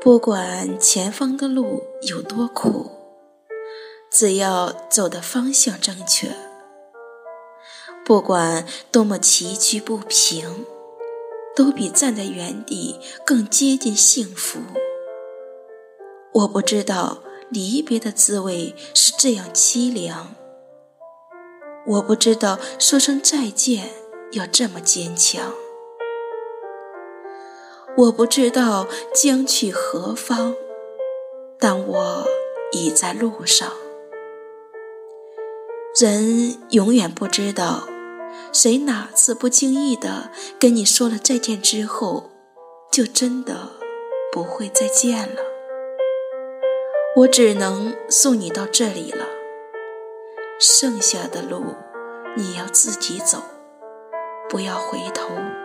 不管前方的路有多苦，只要走的方向正确，不管多么崎岖不平，都比站在原地更接近幸福。我不知道离别的滋味是这样凄凉，我不知道说声再见要这么坚强，我不知道将去何方，但我已在路上。人永远不知道，谁哪次不经意地跟你说了再见之后，就真的不会再见了。我只能送你到这里了，剩下的路你要自己走，不要回头。